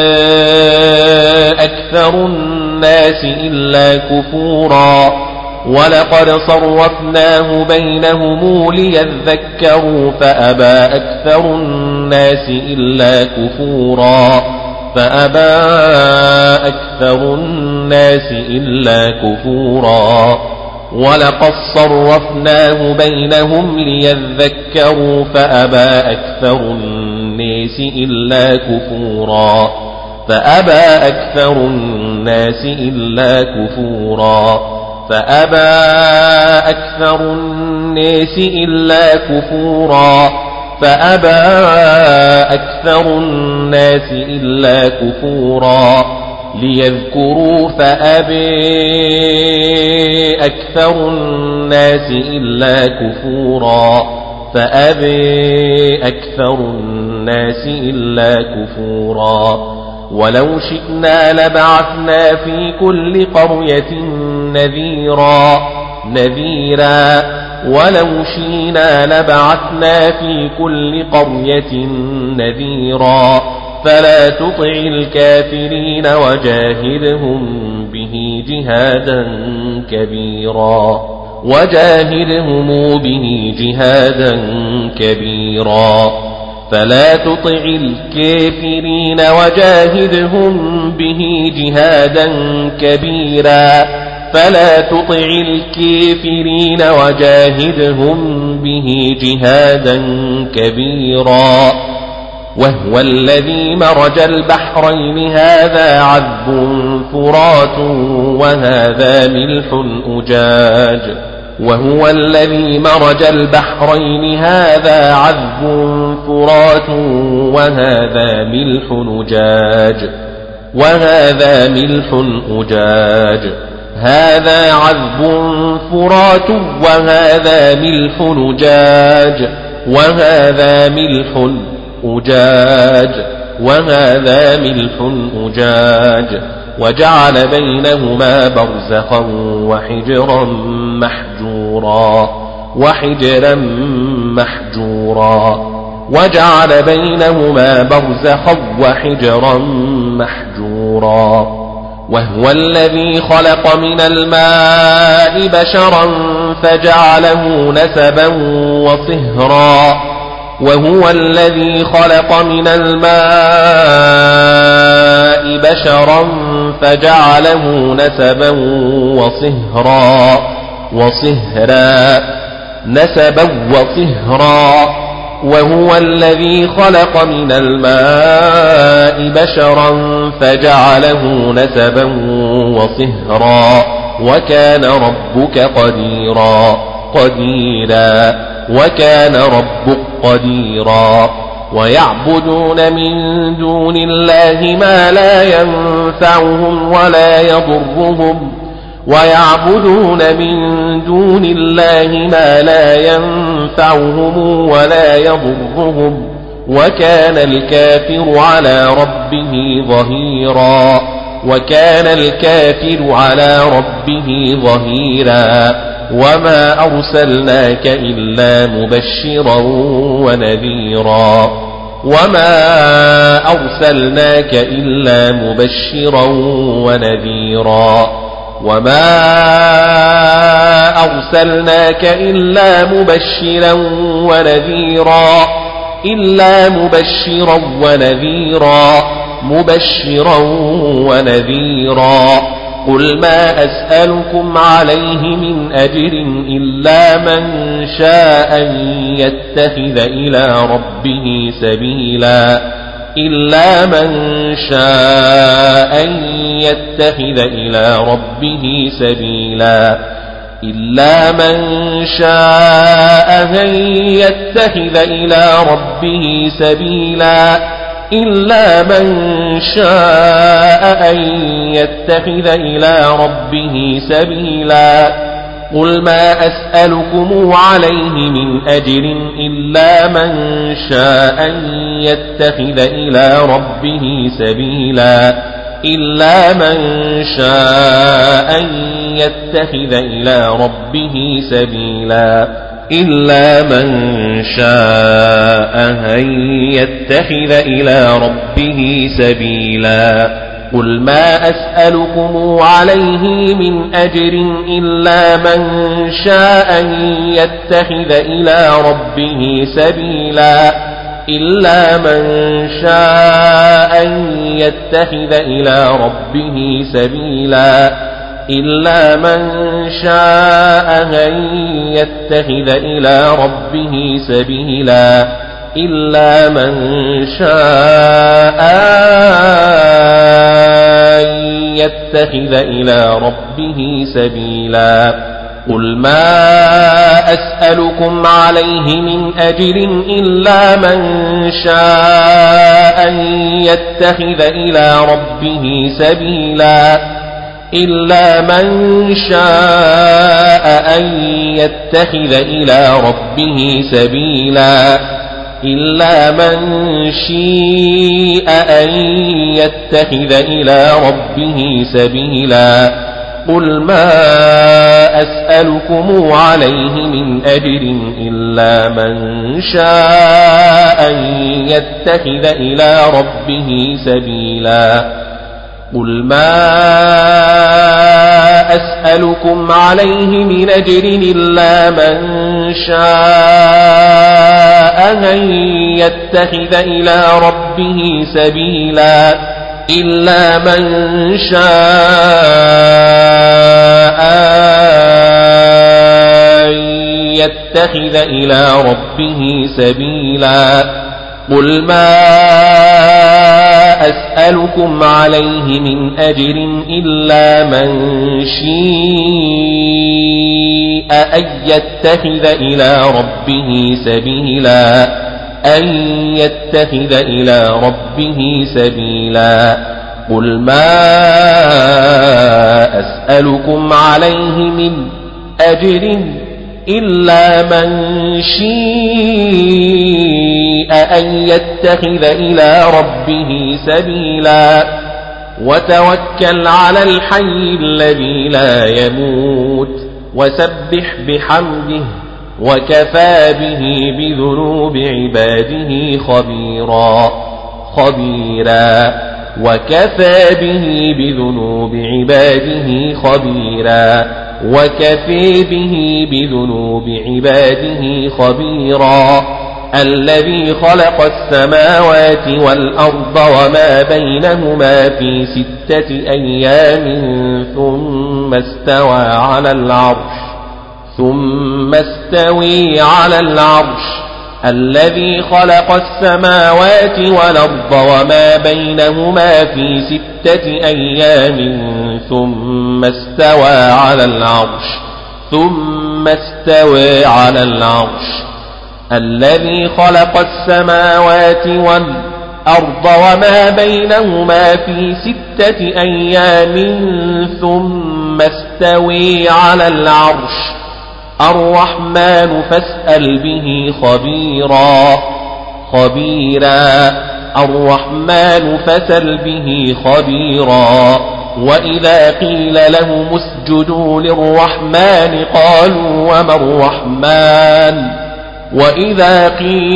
أكثر الناس إلا كفورا ولقد صرفناه بينهم ليذكروا فأبى أكثر الناس إلا كفورا فأبى أكثر الناس إلا كفورا ولقد صرفناه بينهم ليذكروا فأبى أكثر الناس إلا كفورا فأبى أكثر الناس إلا كفورا فأبى أكثر الناس إلا كفورا فأبى أكثر الناس إلا كفورا ليذكروا فأبى أكثر الناس إلا كفورا فأبى أكثر الناس إلا كفورا ولو شئنا لبعثنا في كل قرية نذيرا نذيرا ولو شئنا لبعثنا في كل قرية نذيرا فلا تطع الكافرين وجاهدهم به جهادا كبيرا وجاهدهم به جهادا كبيرا فلا تطع الكافرين وجاهدهم به جهادا كبيرا فلا تطع الكافرين وجاهدهم به جهادا كبيرا وهو الذي مرج البحرين هذا عذب فرات وهذا ملح أجاج وهو الذي مرج البحرين هذا عذب فرات وهذا ملح أجاج وهذا ملح أجاج هذا عذب فرات وهذا ملح أجاج وهذا ملح أجاج وهذا ملح أجاج وجعل بينهما برزخا وحجرا محجورا وحجرا محجورا وجعل بينهما برزخا وحجرا محجورا وهو الذي خلق من الماء بشرا فجعله نسبا وصهرا وهو الذي خلق من الماء بشرا فجعله نسبا وصهرا وصهرا نسبا وصهرا وهو الذي خلق من الماء بشرا فجعله نسبا وصهرا وكان ربك قديرا قديرا وكان ربك قديرا ويعبدون من دون الله ما لا ينفعهم ولا يضرهم ويعبدون من دون الله ما لا ينفعهم ولا يضرهم وكان الكافر على ربه ظهيرا وكان الكافر على ربه ظهيرا وما أرسلناك إلا مبشرا ونذيرا وما أرسلناك إلا مبشرا ونذيرا وما أرسلناك إلا مبشرا ونذيرا إلا مبشرا ونذيرا مبشرا ونذيرا قل ما أسألكم عليه من أجر إلا من شاء أن يتخذ إلى ربه سبيلا إلا من شاء أن يتخذ إلى ربه سبيلا إلا من شاء أن يتخذ إلى ربه سبيلا إلا من شاء أن يتخذ إلى ربه سبيلا قل ما أسألكم عليه من أجر إلا من شاء أن يتخذ إلى ربه سبيلا إلا من شاء أن يتخذ إلى ربه سبيلا إلا من شاء أن يتخذ إلى ربه سبيلا قل ما أسألكم عليه من أجر إلا من شاء أن يتخذ إلى ربه سبيلا إلا من شاء أن يتخذ إلى ربه سبيلا إلا من شاء أن يتخذ إلى ربه سبيلا إلا من شاء أن يتخذ إلى ربه سبيلا قل ما أسألكم عليه من أجر إلا من شاء أن يتخذ إلى ربه سبيلا إلا من شاء أن يتخذ إلى ربه سبيلا إلا من شاء أن يتخذ إلى ربه سبيلا قل ما أسألكم عليه من أجر إلا من شاء أن يتخذ إلى ربه سبيلا قل ما أسألكم عليه من أجر إلا من شاء أن يتخذ إلى ربه سبيلا إلا من شاء أن يتخذ إلى ربه سبيلا قل ما أسألكم عليه من أجر إلا من شاء أن يتخذ إلى ربه سبيلا أن يتخذ إلى ربه سبيلا قل ما أسألكم عليه من أجر إلا من شاء أن يتخذ إلى ربه سبيلا وتوكل على الحي الذي لا يموت وسبح بحمده وكفى به بذنوب عباده خبيرا خبيرا وكفى به بذنوب عباده خبيرا وكفى به بذنوب عباده خبيرا الذي خلق السماوات والأرض وما بينهما في ستة أيام ثم استوى على العرش ثم استوي على العرش الذي خلق السماوات والأرض وما بينهما في ستة أيام ثم استوى على العرش ثم استوى على العرش الذي خلق السماوات والأرض وما بينهما في ستة أيام ثم استوي على العرش الرحمن فاسأل به خبيرا خبيرا الرحمن فاسأل به خبيرا وإذا قيل لهم اسجدوا للرحمن قالوا وما الرحمن وإذا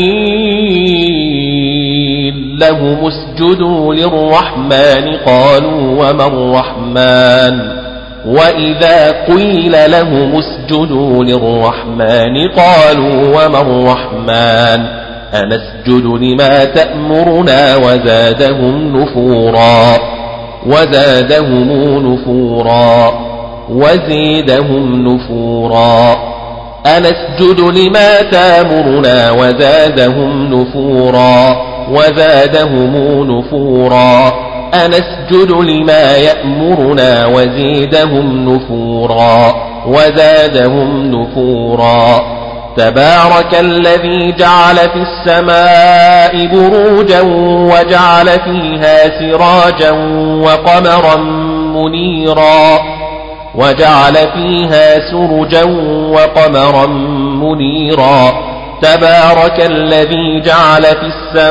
قيل لهم اسجدوا للرحمن قالوا وما الرحمن وإذا قيل لهم اسجدوا للرحمن قالوا وما الرحمن أنسجد لما تأمرنا وزادهم نفورا وزادهم نفورا وزيدهم نفورا أنسجد لما تأمرنا وزادهم نفورا وزادهم نفورا أنسجد لما يأمرنا وزيدهم نفورا وزادهم نفورا تبارك الذي جعل في السماء بروجا وجعل فيها سراجا وقمرا منيرا وجعل فيها سرجا وقمرا منيرا تبارك الذي جعل في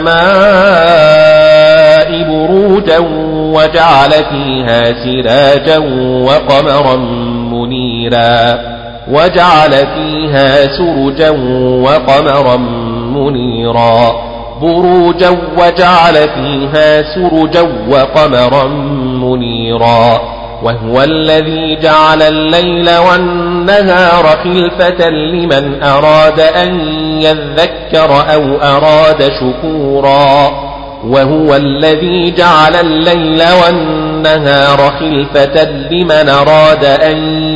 السماء بروجا وجعل فيها سراجا وقمرا منيرا وجعل فيها سرجا وقمرا منيرا بروجا وجعل فيها سرجا وقمرا منيرا وهو الذي جعل الليل والنهار خلفة لمن أراد أن يذكر أو أراد شكورا وهو الذي جعل الليل والنهار خلفة لمن أراد أن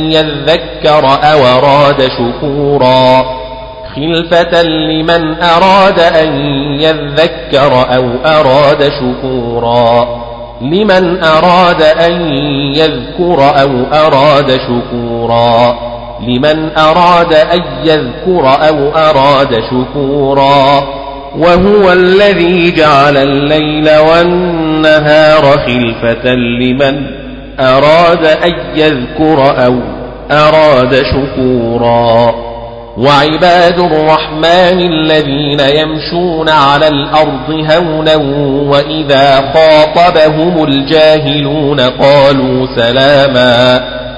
يذكر أو أراد شكورا خلفة لمن أراد أن يذكر أو أراد شكورا لمن أراد أن يذكر أو أراد شكورا لمن أراد أن يذكر أو أراد شكورا وهو الذي جعل الليل والنهار خلفة لمن أراد أن يذكر أو أراد شكورا وعباد الرحمن الذين يمشون على الأرض هونا وإذا خاطبهم الجاهلون قالوا سلاما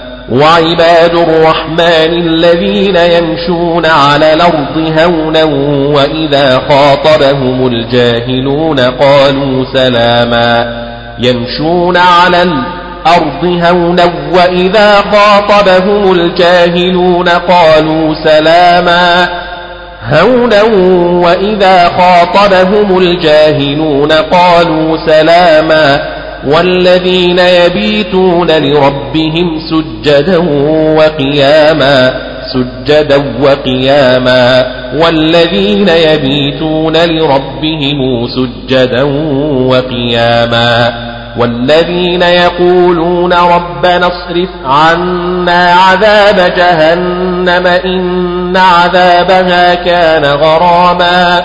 وعباد الرحمن الذين يمشون على الأرض هونا وإذا خاطبهم الجاهلون قالوا سلاما يمشون على الأرض هونا وإذا خاطبهم الجاهلون قالوا سلاما هونا وإذا خاطبهم الجاهلون قالوا سلاما والذين يبيتون لربهم سجدا وقياما سجدا وقياما والذين يبيتون لربهم سجدا وقياما والذين يقولون ربنا اصرف عنا عذاب جهنم إن عذابها كان غراما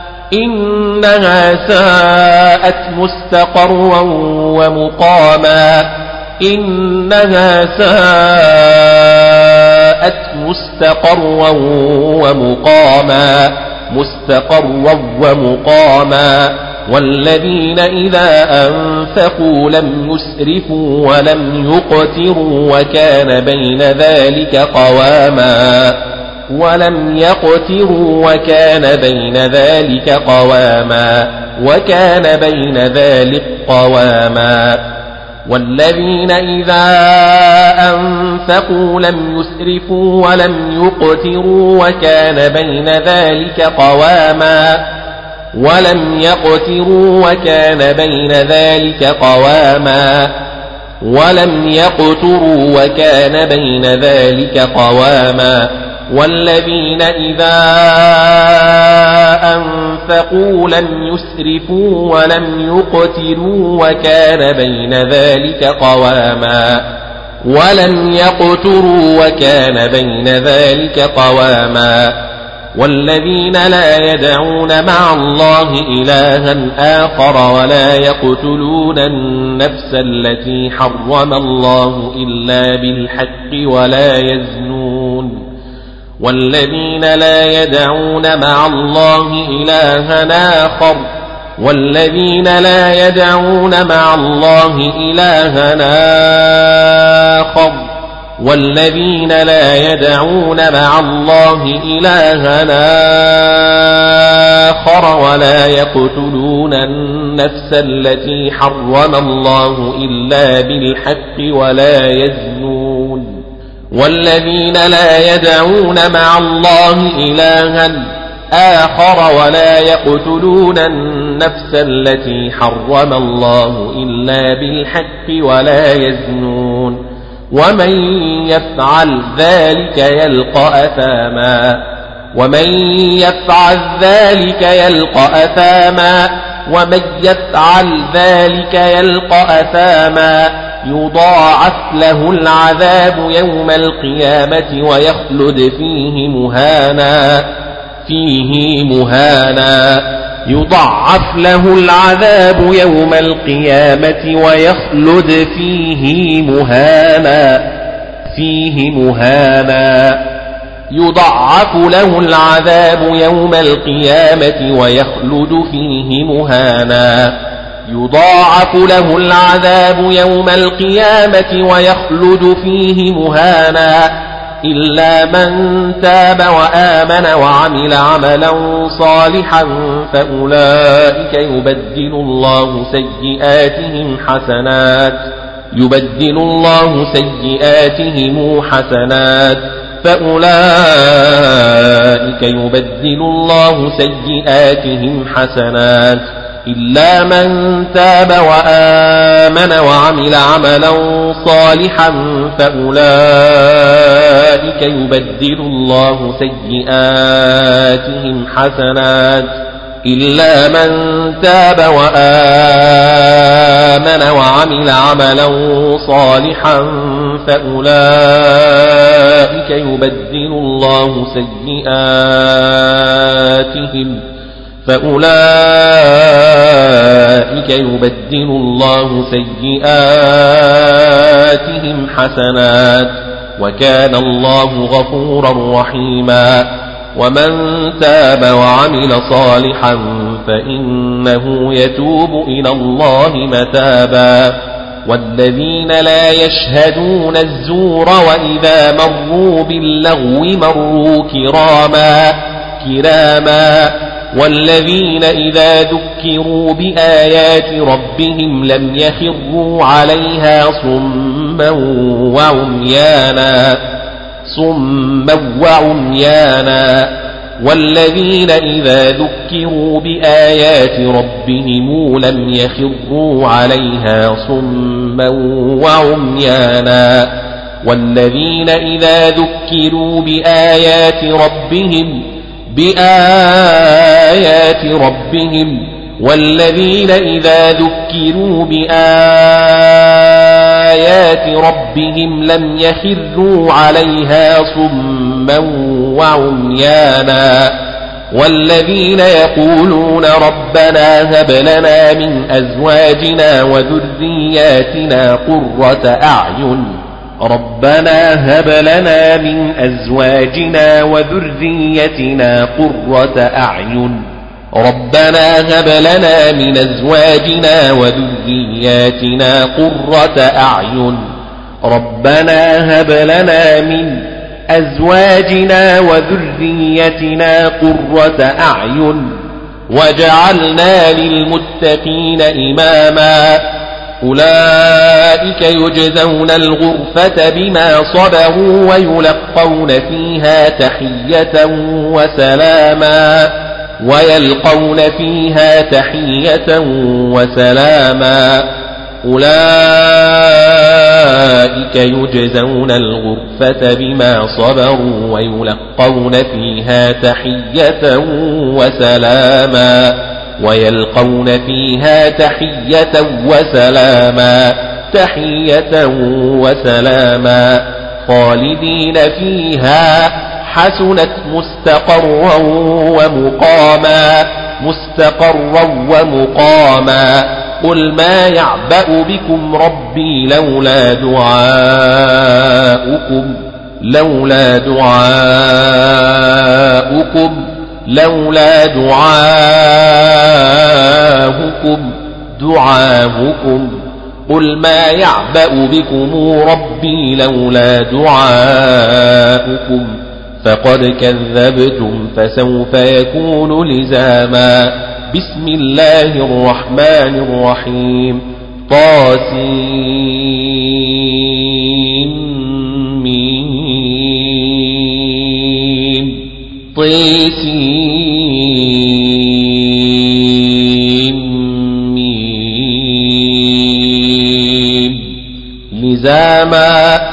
إنها ساءت مستقرا ومقاما إنها ساءت مستقرا ومقاما مستقرا ومقاما والذين إذا أنفقوا لم يسرفوا ولم يقتروا وكان بين ذلك قواما ولم يقتروا وكان بين ذلك قواما وكان بين ذلك قواما والذين إذا أنفقوا لم يسرفوا ولم يقتروا وكان بين ذلك قواما ولم يقتروا وكان بين ذلك قواما ولم يقتروا وكان بين ذلك قواما والذين إذا أنفقوا لم يسرفوا ولم يقتروا وكان بين ذلك قواما ولم يقتروا وكان بين ذلك قواما والذين لا يدعون مع الله إلها آخر ولا يقتلون النفس التي حرم الله إلا بالحق ولا يزنون والذين لا يدعون مع الله إلها آخر والذين لا يدعون مع الله إلها آخر والذين لا يدعون مع الله إلها آخر ولا يقتلون النفس التي حرم الله إلا بالحق ولا يزنون والذين لا يدعون مع الله إلها آخر ولا يقتلون النفس التي حرم الله إلا بالحق ولا يزنون ومن يفعل ذلك يلقى أثاما ومن يفعل ذلك يلقى أثاما ومن يفعل ذلك يلقى أثاما يضاعف له العذاب يوم القيامة ويخلد فيه مهانا فيه مهانا يضاعف له العذاب يوم القيامة ويخلد فيه مهانا فيه مهانا يضاعف له العذاب يوم القيامة ويخلد فيه مهانا يضاعف له العذاب يوم القيامة ويخلد فيه مهانا إلا من تاب وآمن وعمل عملا صالحا فأولئك يبدل الله سيئاتهم حسنات يبدل الله سيئاتهم حسنات فأولئك يبدل الله سيئاتهم حسنات إلا من تاب وآمن وعمل عملا صالحا فأولئك يبدل الله سيئاتهم حسنات إلا من تاب وآمن وعمل عملا صالحا فأولئك يبدل الله سيئاتهم فأولئك يبدل الله سيئاتهم حسنات وكان الله غفورا رحيما ومن تاب وعمل صالحا فإنه يتوب إلى الله متابا والذين لا يشهدون الزور وإذا مروا باللغو مروا كراما كراما والذين إذا ذكروا بآيات ربهم لم يخروا عليها صما وعميانا صما وعميانا والذين إذا ذكروا بآيات ربهم لم يخروا عليها صما وعميانا والذين إذا ذكروا بآيات ربهم بآيات ربهم والذين إذا ذكروا بآيات ربهم لم يخروا عليها صما وعميانا والذين يقولون ربنا هب لنا من أزواجنا وذرياتنا قرة أعين ربنا هب لنا من أزواجنا وذريتنا قرة أعين ربنا هب لنا من أزواجنا وذرياتنا قرة أعين ربنا هب لنا من أزواجنا وذريتنا قرة أعين وجعلنا للمتقين إماما أولئك يجزون الغرفة بما صبروا ويلقون فيها تحية وسلاما ويلقون فيها تحية وسلاما أولئك يجزون الغرفة بما صبروا ويلقون فيها تحية وسلاما ويلقون فيها تحية وسلاما تحية وسلاما خالدين فيها حسنت مستقرا ومقاما مستقرا ومقاما قل ما يعبأ بكم ربي لولا دعاؤكم لولا دعاؤكم لولا دعاؤكم دعاؤكم قل ما يعبأ بكم ربي لولا دعاؤكم فقد كذبتم فسوف يكون لزاما بسم الله الرحمن الرحيم طاسين طاسين لزاما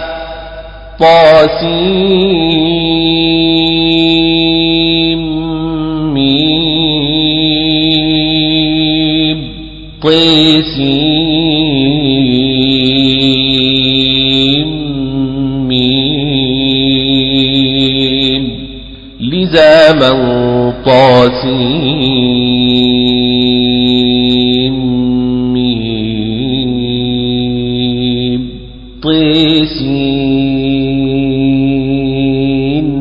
طاسين طاسين لزاما طاسين طاسين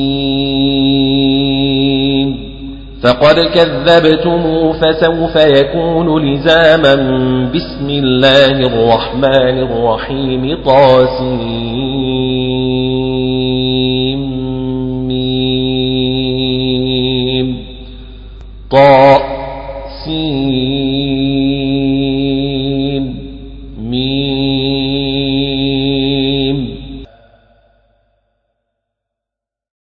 فقد كذبتم فسوف يكون لزاما بسم الله الرحمن الرحيم طاسين طاسين